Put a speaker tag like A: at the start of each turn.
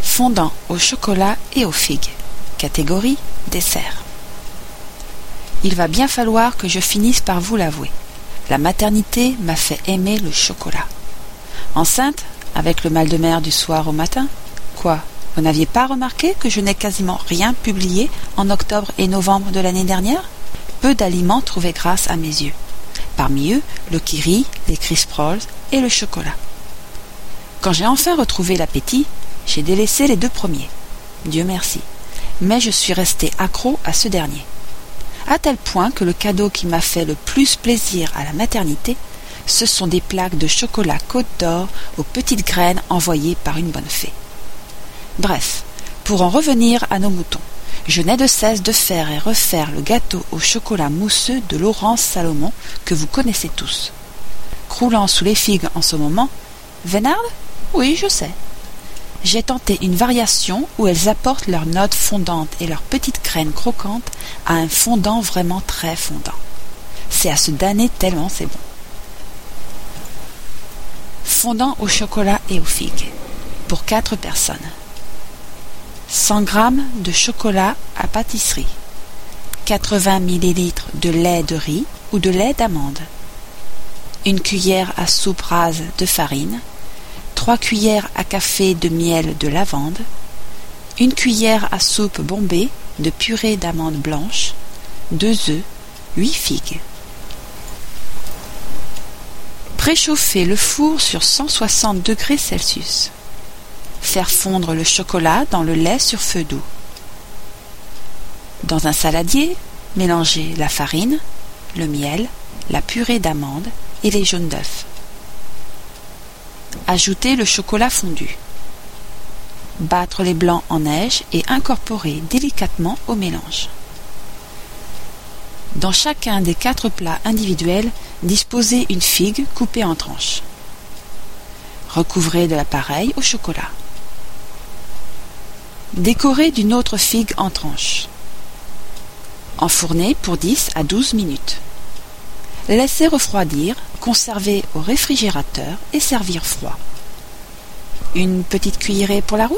A: Fondant au chocolat et aux figues. Catégorie dessert. Il va bien falloir que je finisse par vous l'avouer. La maternité m'a fait aimer le chocolat. Enceinte, avec le mal de mer du soir au matin, quoi, vous n'aviez pas remarqué que je n'ai quasiment rien publié en octobre et novembre de l'année dernière? Peu d'aliments trouvés grâce à mes yeux. Parmi eux, le kiri, les Crisp Rolls et le chocolat. Quand j'ai enfin retrouvé l'appétit, j'ai délaissé les deux premiers. Dieu merci. Mais je suis resté accro à ce dernier. À tel point que le cadeau qui m'a fait le plus plaisir à la maternité, ce sont des plaques de chocolat Côte d'Or aux petites graines envoyées par une bonne fée. Bref, pour en revenir à nos moutons, je n'ai de cesse de faire et refaire le gâteau au chocolat mousseux de Laurence Salomon que vous connaissez tous. Croulant sous les figues en ce moment, Vénarde? Oui, je sais. J'ai tenté une variation où elles apportent leurs notes fondantes et leurs petites graines croquantes à un fondant vraiment très fondant. C'est à se damner tellement c'est bon. Fondant au chocolat et aux figues. Pour 4 personnes. 100 g de chocolat à pâtisserie. 80 ml de lait de riz ou de lait d'amande. 1 cuillère à soupe rase de farine. 3 cuillères à café de miel de lavande, 1 cuillère à soupe bombée de purée d'amandes blanches, 2 œufs, 8 figues. Préchauffer le four sur 160 degrés Celsius. Faire fondre le chocolat dans le lait sur feu doux. Dans un saladier, mélangez la farine, le miel, la purée d'amandes et les jaunes d'œufs. Ajoutez le chocolat fondu. Battre les blancs en neige et incorporer délicatement au mélange. Dans chacun des 4 plats individuels, disposez une figue coupée en tranches. Recouvrez de l'appareil au chocolat. Décorez d'une autre figue en tranches. Enfournez pour 10 à 12 minutes. Laissez refroidir, conserver au réfrigérateur et servir froid. Une petite cuillerée pour la route ?